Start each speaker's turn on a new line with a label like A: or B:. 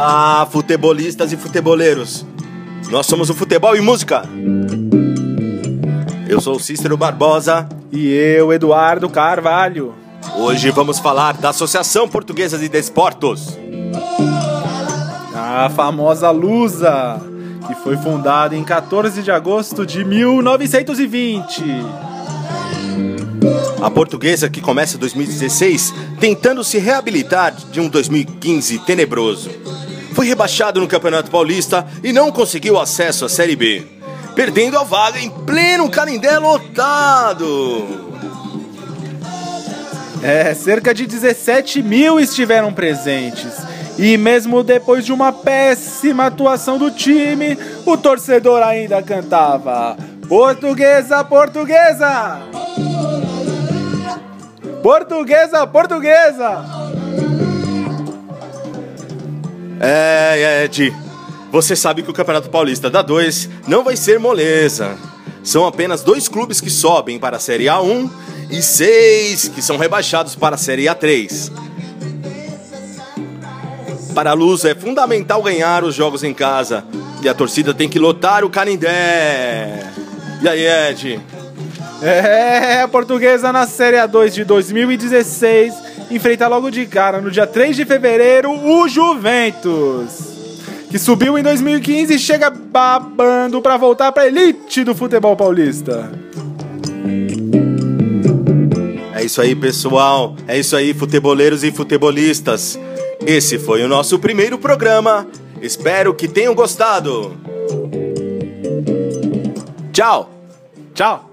A: Olá, futebolistas e futeboleiros. Nós somos o Futebol e Música. Eu sou o Cícero Barbosa.
B: E eu, Eduardo Carvalho.
A: Hoje vamos falar da Associação Portuguesa de Desportos.
B: A famosa Lusa, que foi fundada em 14 de agosto de 1920.
A: A portuguesa que começa 2016 tentando se reabilitar de um 2015 tenebroso. Foi rebaixado no Campeonato Paulista e não conseguiu acesso à Série B, perdendo a vaga em pleno Canindé lotado.
B: Cerca de 17 mil estiveram presentes. E mesmo depois de uma péssima atuação do time, o torcedor ainda cantava: Portuguesa, Portuguesa! Portuguesa, Portuguesa!
A: Ed, você sabe que o Campeonato Paulista da 2 não vai ser moleza. São apenas 2 clubes que sobem para a Série A1 e 6 que são rebaixados para a Série A3. Para a Luz é fundamental ganhar os jogos em casa e a torcida tem que lotar o Canindé. E aí, Ed?
B: A Portuguesa na Série A2 de 2016 enfrenta logo de cara, no dia 3 de fevereiro, o Juventus, que subiu em 2015 e chega babando para voltar para a elite do futebol paulista.
A: É isso aí, pessoal. É isso aí, futeboleiros e futebolistas. Esse foi o nosso primeiro programa. Espero que tenham gostado. Tchau.
B: Tchau.